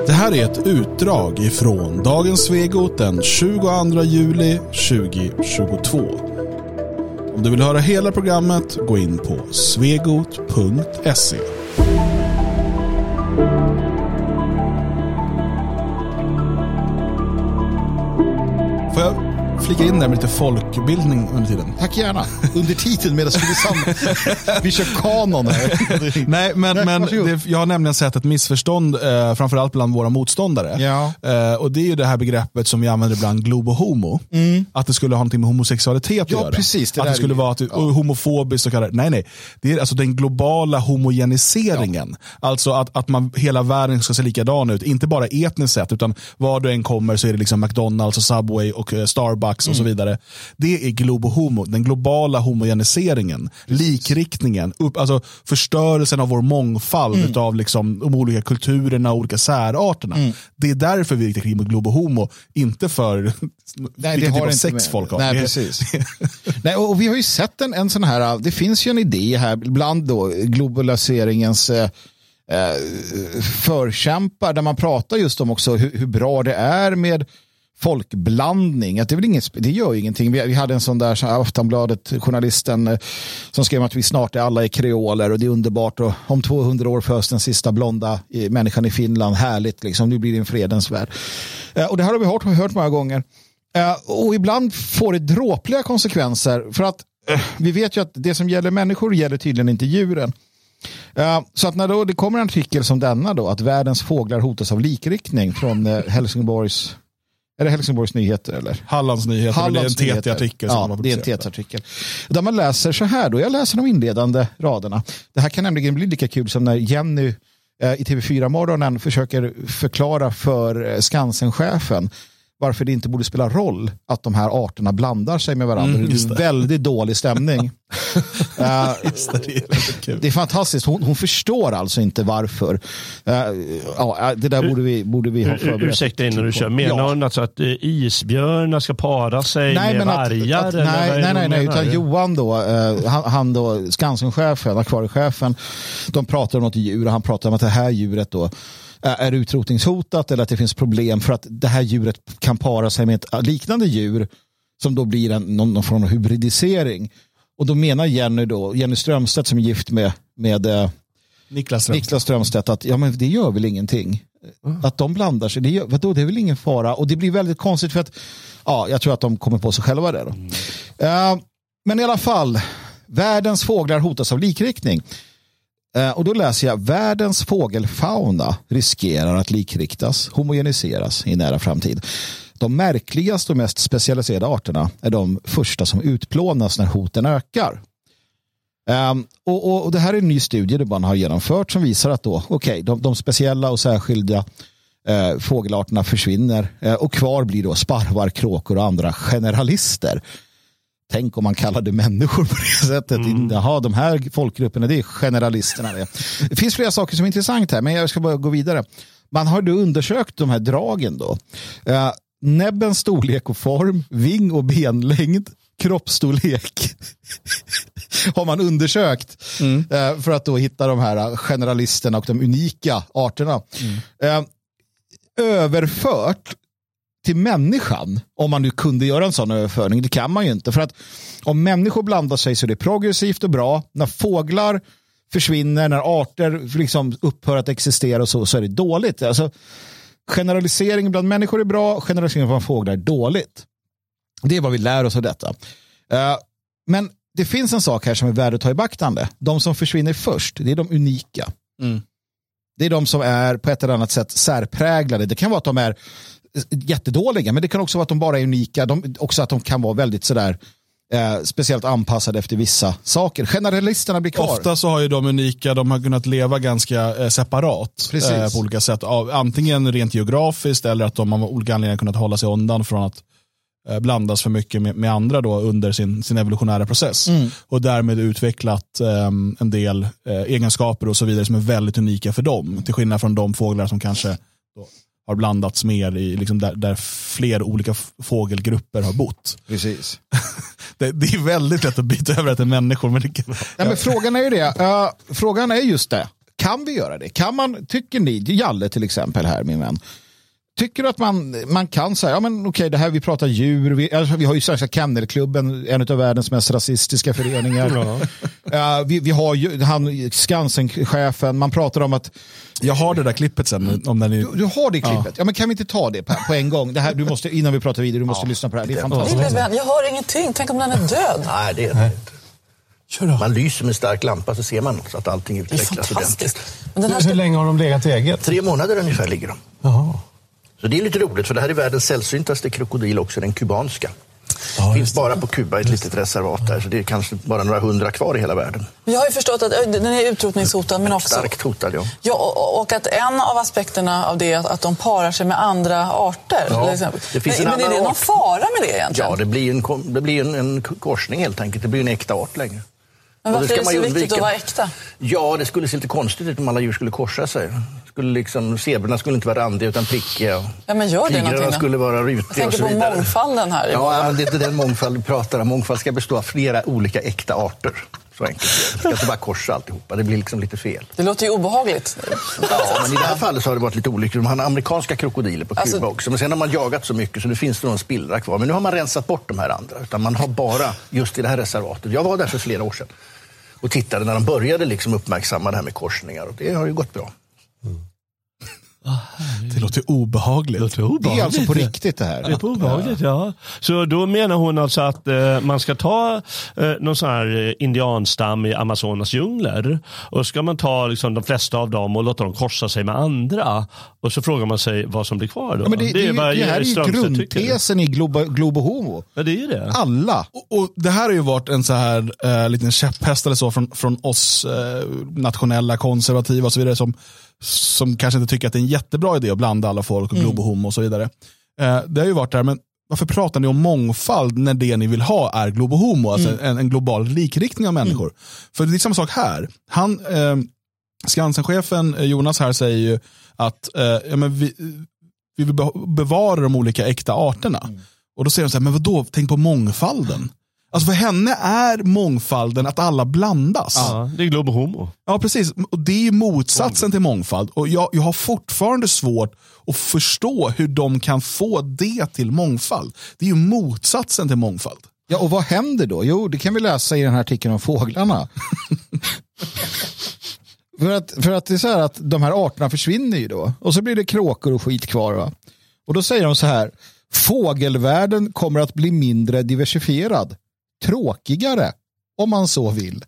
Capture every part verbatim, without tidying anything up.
Det här är ett utdrag ifrån Dagens Svegot den tjugoandra juli tjugohundratjugotvå. Om du vill höra hela programmet, gå in på svegot punkt se. Får jag flika in där med lite folkbildning under tiden? Tack gärna. Under titeln medan vi sam... vi kör kanon här. Nej, men, men det, jag har nämligen sett ett missförstånd eh, framförallt bland våra motståndare. Ja. Eh, och det är ju det här begreppet som vi använder ibland, globo-homo. Mm. Att det skulle ha någonting med homosexualitet att ja, göra. Precis, det att det skulle är... vara att, ja. homofobiskt och kallar. Nej, nej. Det är alltså den globala homogeniseringen. Ja. Alltså att, att man, hela världen ska se likadan ut. Inte bara etniskt sett, utan var du än kommer så är det liksom McDonalds och Subway och uh, Starbucks och mm. så vidare. Det är globo-homo, den globala homogeniseringen, precis. Likriktningen, upp, alltså förstörelsen av vår mångfald mm. av liksom de olika kulturerna och olika särarterna. Mm. Det är därför vi riktar krig mot globo-homo, inte för nej, det har inte sex med. folk har. Nej, precis. Nej, och vi har ju sett en, en sån här, det finns ju en idé här bland då globaliseringens eh, förkämpar där man pratar just om också hur, hur bra det är med folkblandning, att det är väl inget, det gör ju ingenting. Vi, vi hade en sån där så Aftonbladet journalisten eh, som skrev att vi snart är alla i kreoler och det är underbart och om tvåhundra år föds den sista blonda i, människan i Finland, härligt liksom, nu blir det en fredens värld. Eh, och det här har vi hört, hört många gånger. Eh, och ibland får det dråpliga konsekvenser för att eh, vi vet ju att det som gäller människor gäller tydligen inte djuren. Uh, så att när då det kommer en artikel som denna då, att världens fåglar hotas av likriktning från uh, Helsingborgs är det Helsingborgs nyheter eller? Hallands nyheter, Hallands det är en T T-artikel. Ja, det är en T T-artikel. Där man läser så här då, jag läser de inledande raderna. Det här kan nämligen bli lika kul som när Jenny uh, i T V fyra-morgonen försöker förklara för uh, Skansen-chefen varför det inte borde spela roll att de här arterna blandar sig med varandra. Mm, det är en väldigt dålig stämning. uh, det, är det är fantastiskt. Hon, hon förstår alltså inte varför. Uh, ja, det där borde vi, borde vi ha förberett. Ursäkta innan du kör. Menar ja. hon alltså att uh, isbjörnar ska para sig nej, med vargar? Att, att, nej, nej, nej, nej. Utan Johan då, uh, han, han då, Skansen-chefen, akvariechefen, de pratar om något djur och han pratar om att det här djuret då är utrotningshotat eller att det finns problem för att det här djuret kan para sig med ett liknande djur som då blir en, någon, någon form av hybridisering. Och då menar Jenny då, Jenny Strömstedt som är gift med, med eh, Niklas, Strömstedt. Niklas Strömstedt att ja men det gör väl ingenting. Mm. Att de blandar sig, det, gör, vadå, det är väl ingen fara. Och det blir väldigt konstigt för att ja, jag tror att de kommer på sig själva där då. Mm. Uh, men i alla fall, världens fåglar hotas av likriktning. Och då läser jag, världens fågelfauna riskerar att likriktas, homogeniseras i nära framtid. De märkligaste och mest specialiserade arterna är de första som utplånas när hoten ökar. Um, och, och, och det här är en ny studie man har genomfört som visar att då, okay, de, de speciella och särskilda uh, fågelarterna försvinner uh, och kvar blir då sparvar, kråkor och andra generalister. Tänk om man kallade människor på det sättet. Mm. Jaha, de här folkgrupperna, det är generalisterna. Det. det finns flera saker som är intressant här, men jag ska bara gå vidare. Man har då undersökt de här dragen då. Uh, näbbens storlek och form, ving- och benlängd, kroppsstorlek har man undersökt mm. uh, för att då hitta de här generalisterna och de unika arterna. Mm. Uh, överfört till människan, om man nu kunde göra en sån överföring, det kan man ju inte. För att om människor blandar sig så är det progressivt och bra. När fåglar försvinner, när arter liksom upphör att existera och så, så är det dåligt. Alltså, generalisering bland människor är bra, generalisering bland fåglar är dåligt. Det är vad vi lär oss av detta. Uh, men det finns en sak här som är värd att ta i beaktande. De som försvinner först, det är de unika. Mm. Det är de som är på ett eller annat sätt särpräglade. Det kan vara att de är jättedåliga, men det kan också vara att de bara är unika. De, också att de kan vara väldigt sådär eh, speciellt anpassade efter vissa saker. Generalisterna blir kvar. Ofta så har ju de unika, de har kunnat leva ganska eh, separat eh, på olika sätt. Av, antingen rent geografiskt eller att de av olika anledningar kunnat hålla sig undan från att eh, blandas för mycket med, med andra då under sin, sin evolutionära process. Mm. Och därmed utvecklat eh, en del eh, egenskaper och så vidare som är väldigt unika för dem. Till skillnad från de fåglar som kanske då har blandats mer i liksom där, där fler olika fågelgrupper har bott. Precis. det, det är väldigt lätt att byta över till människor. Men, det kan, ja. Nej, men frågan är ju det. Uh, frågan är just det. kan vi göra det? Kan man, tycker ni, Jalle till exempel här, min vän, tycker du att man, man kan säga, ja men okej, okay, det här vi pratar djur, vi, alltså, vi har ju Svenska Kennelklubben, en av världens mest rasistiska föreningar. Ja. uh, vi, vi har ju han Skansen-chefen, man pratar om att jag har det där klippet sen. Om den är... du, du har det klippet, ja. ja men kan vi inte ta det på, på en gång? Det här, du måste, innan vi pratar vidare, du måste ja. lyssna på det här, det är fantastiskt. Lille vän, jag hör ingenting, tänk om den är död. Nej, det är det inte. Man lyser med stark lampa så ser man så att allting utvecklas ordentligt. Men den här ska... Hur länge har de legat eget? Tre månader ungefär ligger de. Jaha. Så det är lite roligt, för det här är världens sällsyntaste krokodil också, den kubanska. Ja, finns bara på Kuba, ett litet reservat där, så det är kanske bara några hundra kvar i hela världen. Jag har ju förstått att den är utrotningshotad, men också... Starkt hotad, ja. Ja, och, och att en av aspekterna av det är att de parar sig med andra arter. Ja, det finns men, en men är det någon art. fara med det egentligen? Ja, det blir en, det blir en, en korsning helt enkelt. Det blir en äkta art längre. Men varför är det så viktigt att vara äkta? Ja, det skulle se lite konstigt ut om alla djur skulle korsa sig. Skulle liksom, zebrorna skulle inte vara randiga utan prickiga. Ja, men gör det någonting då? Skulle vara rutiga. Jag tänker på mångfalden här. Ja, men det är inte den mångfald vi pratar om. Mångfald ska bestå av flera olika äkta arter. Så enkelt. Det ska inte bara korsa alltihopa. Det blir liksom lite fel. Det låter ju obehagligt. Ja, men i det här fallet så har det varit lite olyckligt. De har amerikanska krokodiler på Kuba alltså... också. Men sen har man jagat så mycket så nu finns det någon spillra kvar. Men nu har man rensat bort de här andra. Utan man har bara just i det här reservatet. Jag var där för flera år sedan och tittade när de började liksom uppmärksamma det här med korsningar. Och det har ju gått bra. Mm. Det låter obehagligt. Det låter obehagligt. Det är alltså på riktigt det här. Det är på obehagligt, ja. Så då menar hon alltså att eh, man ska ta eh, någon sån här indianstam i Amazonas djungler och ska man ta liksom, de flesta av dem och låta dem korsa sig med andra och så frågar man sig vad som blir kvar då. Ja, men det, det, det, är vad det här är ju grundtesen i Globo, Globo Homo. Ja, det är ju det. Alla. Och, och det här har ju varit en så här eh, liten käpphäst eller så från, från oss eh, nationella konservativa och så vidare som som kanske inte tycker att det är en jättebra idé att blanda alla folk och Globo Homo och så vidare. Eh, det har ju varit där, men varför pratar ni om mångfald när det ni vill ha är Globo Homo, alltså mm. en, en global likriktning av människor? Mm. För det är samma sak här. Han, eh, Skansen-chefen Jonas här säger ju att eh, ja, men vi, vi vill bevara de olika äkta arterna. Mm. Och då säger de så här, men vadå, tänk på mångfalden. Alltså för henne är mångfalden att alla blandas. Ja, det är Globo Homo. Ja, precis. Och det är ju motsatsen till mångfald. Och jag, jag har fortfarande svårt att förstå hur de kan få det till mångfald. Det är ju motsatsen till mångfald. Ja, och vad händer då? Jo, det kan vi läsa i den här artikeln om fåglarna. för, att, för att det är så här att de här arterna försvinner ju då. Och så blir det kråkor och skit kvar, va? Och då säger de så här: fågelvärlden kommer att bli mindre diversifierad. Tråkigare, om man så vill.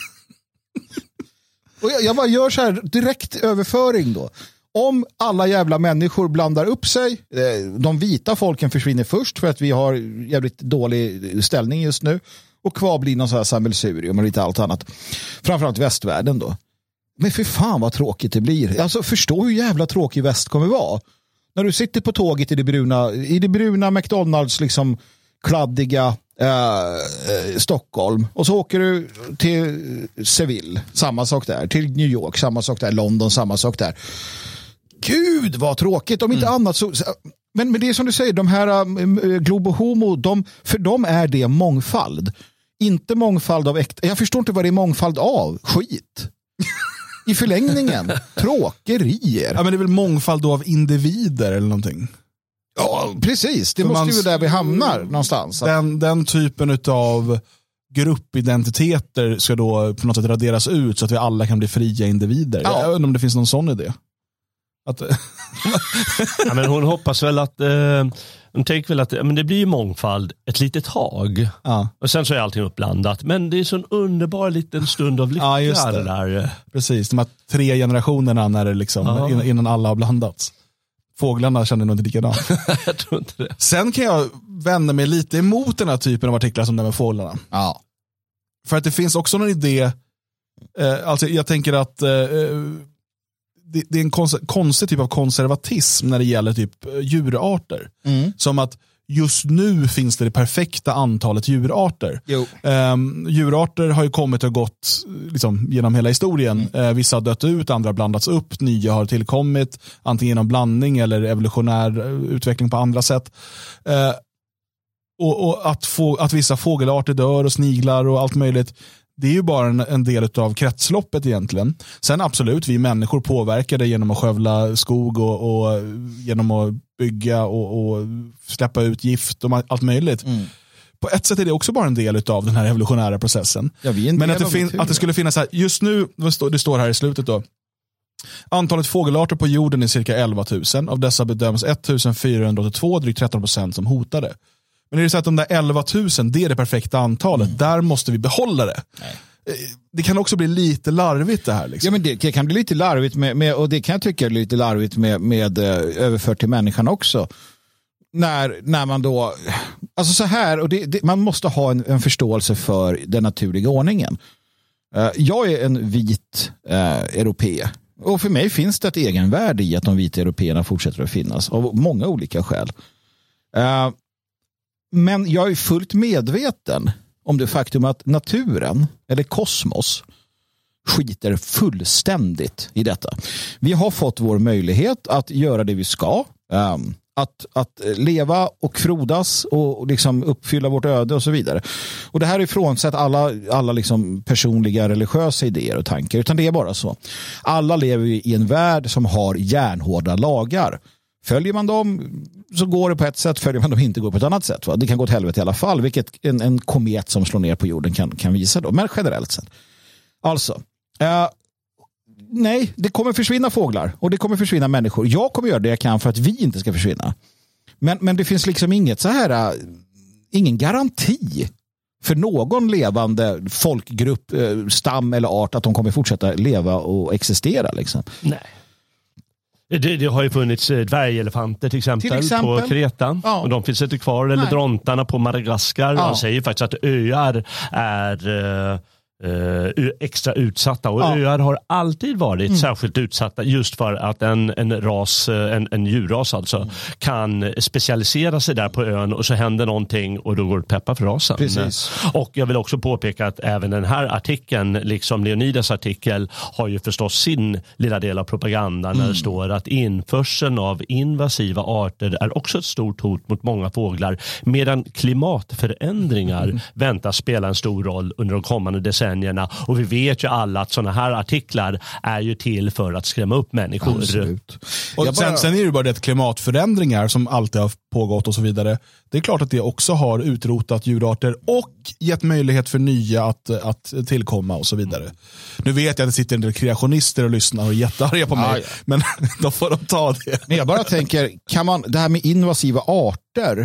Och jag, jag bara gör så här direkt överföring då. Om alla jävla människor blandar upp sig, de vita folken försvinner först för att vi har jävligt dålig ställning just nu, och kvar blir någon sån här sammelsurium och lite allt annat. Framförallt västvärlden då. Men för fan vad tråkigt det blir. Alltså förstå hur jävla tråkig väst kommer vara. När du sitter på tåget i det bruna, i det bruna McDonalds liksom kladdiga Uh, Stockholm, och så åker du till Seville, samma sak där, till New York, samma sak där, London, samma sak där. Gud vad tråkigt, om inte mm. annat så, men, men det är som du säger, de här uh, Globo Homo, de, för dem är det mångfald, inte mångfald av äkta, jag förstår inte vad det är mångfald av, skit i förlängningen, tråkerier. Ja, men det är väl mångfald då av individer eller någonting. Ja, precis. Det för måste man, ju där vi hamnar någonstans. Den, den typen av gruppidentiteter ska då på något sätt raderas ut så att vi alla kan bli fria individer. Ja. Jag undrar om det finns någon sån idé. Att... ja, men hon hoppas väl att eh, hon tänker väl att men det blir ju mångfald ett litet tag. Ja. Och sen så är allting uppblandat. Men det är så en underbar liten stund av lycka. Ja, just det. Där. Precis, de här tre generationerna när det liksom, ja. innan alla har blandats. Fåglarna känner nog inte likadant. Jag tror inte det. Sen kan jag vända mig lite emot den här typen av artiklar som det med fåglarna. Ja. För att det finns också någon idé, eh, alltså jag tänker att eh, det, det är en kons- konstig typ av konservatism när det gäller typ eh, djurarter. Mm. Som att just nu finns det det perfekta antalet djurarter. Um, djurarter har ju kommit och gått liksom, genom hela historien. Mm. Uh, vissa har dött ut, andra har blandats upp, nya har tillkommit, antingen genom blandning eller evolutionär utveckling på andra sätt. Uh, och och att, få, att vissa fågelarter dör och sniglar och allt möjligt, det är ju bara en, en del av kretsloppet egentligen. Sen absolut, vi människor påverkar det genom att skövla skog och, och genom att bygga och, och släppa ut gift och allt möjligt. Mm. På ett sätt är det också bara en del av den här evolutionära processen. Ja, vi är en Men del att det, fin- att det skulle finnas här, just nu, det står här i slutet då, antalet fågelarter på jorden är cirka elva tusen. Av dessa bedöms fjortonhundraåttiotvå, drygt tretton procent som hotade. Men är det så att de där elva tusen, det är det perfekta antalet. Mm. Där måste vi behålla det. Nej. Det kan också bli lite larvigt det här. Liksom. Ja, men det, det kan bli lite larvigt med, med, och det kan jag tycka är lite larvigt med, med eh, överfört till människan också. När, när man då, alltså så här, och det, det, man måste ha en, en förståelse för den naturliga ordningen. Uh, jag är en vit uh, europé. Och för mig finns det ett egenvärde i att de vita européerna fortsätter att finnas av många olika skäl. Uh, men jag är fullt medveten om det faktum att naturen eller kosmos skiter fullständigt i detta. Vi har fått vår möjlighet att göra det vi ska. Um, Att, att leva och frodas och liksom uppfylla vårt öde och så vidare. Och det här är frånsett alla, alla liksom personliga religiösa idéer och tankar, utan det är bara så. Alla lever i en värld som har järnhårda lagar. Följer man dem så går det på ett sätt, följer man dem inte går på ett annat sätt. Va? Det kan gå åt helvete i alla fall, vilket en, en komet som slår ner på jorden kan, kan visa då. Men generellt sett. Alltså, eh, nej, det kommer försvinna fåglar och det kommer försvinna människor. Jag kommer göra det jag kan för att vi inte ska försvinna. Men, men det finns liksom inget så här, uh, ingen garanti för någon levande folkgrupp, uh, stam eller art att de kommer fortsätta leva och existera. Liksom. Nej. Det, det har ju funnits dvärgelefanter till exempel, till exempel. på Kreta. Ja. Och de finns inte kvar. Eller Nej. drontarna på Madagaskar. Ja. De säger faktiskt att öar är... Uh, Uh, extra utsatta och ja. öar har alltid varit mm. särskilt utsatta just för att en, en ras, en, en djurras alltså mm. kan specialisera sig där på ön och så händer någonting och då går det peppa för rasen. Precis. Och jag vill också påpeka att även den här artikeln, liksom Leonidas artikel, har ju förstås sin lilla del av propaganda mm. när det står att införseln av invasiva arter är också ett stort hot mot många fåglar, medan klimatförändringar mm. väntas spela en stor roll under de kommande decennierna. Och vi vet ju alla att sådana här artiklar är ju till för att skrämma upp människor. Absolut. Och bara... sen, sen är det ju bara det att klimatförändringar som alltid har pågått och så vidare. Det är klart att det också har utrotat djurarter och gett möjlighet för nya att, att tillkomma och så vidare. Mm. Nu vet jag att det sitter en del kreationister och lyssnar och är jättearga på mig. Ah, ja. Men då får de ta det. Men jag bara tänker, kan man, det här med invasiva arter.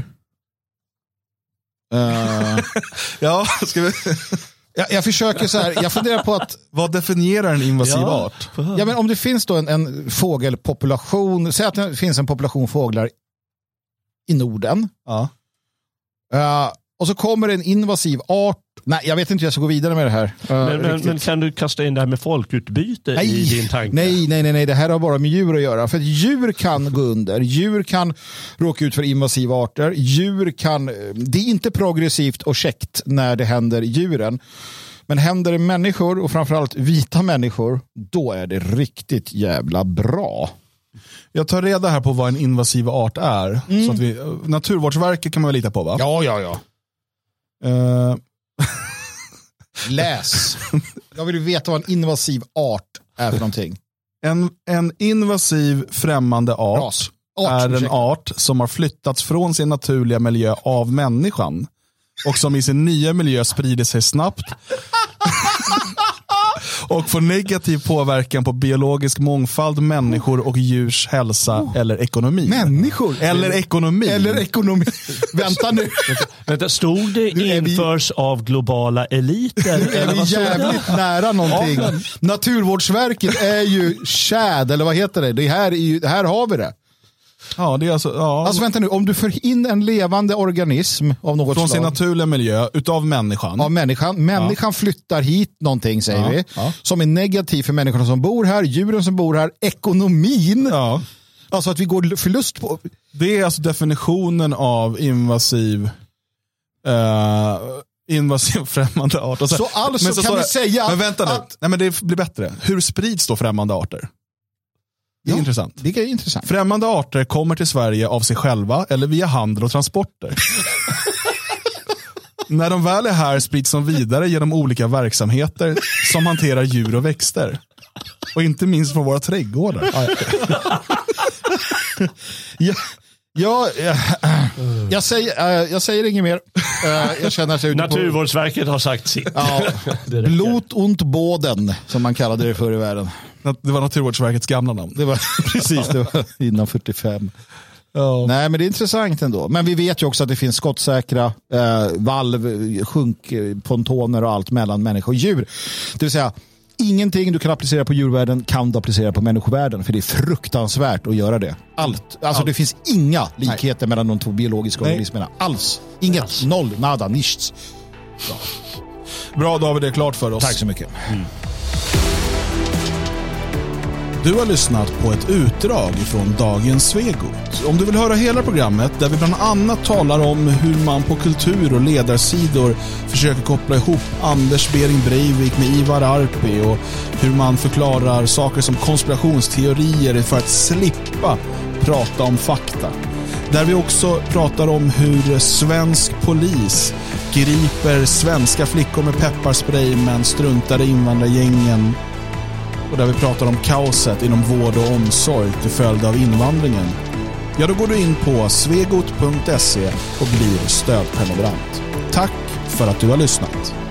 Uh... ja, ska vi... Jag, jag försöker så här, jag funderar på att... Vad definierar en invasiv ja, art? Ja, men om det finns då en, en fågelpopulation, säg att det finns en population fåglar i Norden. Ja. Uh, och så kommer en invasiv art. Nej, jag vet inte hur jag ska gå vidare med det här. Uh, men, men, men kan du kasta in det här med folkutbyte nej, i din tanke? Nej, nej, nej, nej, det här har bara med djur att göra. För att djur kan gå under. Djur kan råka ut för invasiva arter. Djur kan... Det är inte progressivt och käckt när det händer djuren. Men händer det människor och framförallt vita människor, då är det riktigt jävla bra. Jag tar reda här på vad en invasiv art är. Mm. Så att vi, Naturvårdsverket kan man väl lita på, va? Ja, ja, ja. Uh... Läs. Jag vill veta vad en invasiv art är för någonting. En, en invasiv främmande art, art är en art som har flyttats från sin naturliga miljö av människan och som i sin nya miljö sprider sig snabbt och får negativ påverkan på biologisk mångfald, människor och djurs hälsa oh. eller ekonomi. Människor? Eller ekonomi. Eller ekonomi. Vänta nu. Vänta, stod det införs vi... av globala eliter? Är vi jävligt nära någonting? Ja. Naturvårdsverket är ju tjäd, eller vad heter det? Det här, är ju, här har vi det. Ja, det är alltså, ja. Alltså vänta nu, om du för in en levande organism av något från slag, sin naturliga miljö, utav människan. Av människan. Människan ja. flyttar hit någonting, säger ja. vi. Ja. Som är negativ för människorna som bor här, djuren som bor här, ekonomin. Ja. Alltså att vi går förlust på... Det är alltså definitionen av invasiv... Uh, invasiv främmande art. Så, så alltså så kan vi det, säga... Men vänta nu, att, nej, men det blir bättre. Hur sprids då främmande arter? Det är ja, intressant. Det är intressant. Främmande arter kommer till Sverige av sig själva eller via handel och transporter. När de väl är här sprids de vidare genom olika verksamheter som hanterar djur och växter. Och inte minst från våra trädgårdar. ja, ja, ja, jag, säger, jag säger inget mer. Jag känner sig Naturvårdsverket på... har sagt sitt. Ja, Blut und Boden, som man kallade det förr i världen. Det var Naturvårdsverkets gamla namn. Det var, precis, det var innan fyrtiofem. Oh. Nej, men det är intressant ändå. Men vi vet ju också att det finns skottsäkra eh, valv, sjunkpontoner och allt mellan människa och djur. Det vill säga, ingenting du kan applicera på djurvärlden kan du applicera på människovärlden, för det är fruktansvärt att göra det. Allt. Alltså Allt. Det finns inga likheter Nej. mellan de två biologiska Nej. organismerna. Alls. Inget. Alls. Noll. Nada. Nichts. Bra. Bra, då har vi det klart för oss. Tack så mycket. Mm. Du har lyssnat på ett utdrag från dagens Svegot. Om du vill höra hela programmet, där vi bland annat talar om hur man på kultur- och ledarsidor försöker koppla ihop Anders Behring Breivik med Ivar Arpi och hur man förklarar saker som konspirationsteorier för att slippa prata om fakta. Där vi också pratar om hur svensk polis griper svenska flickor med pepparspray men struntar i invandrargängen. Och där vi pratar om kaoset inom vård och omsorg till följd av invandringen. Ja, då går du in på svegot punkt se och blir stödprenumerant. Tack för att du har lyssnat.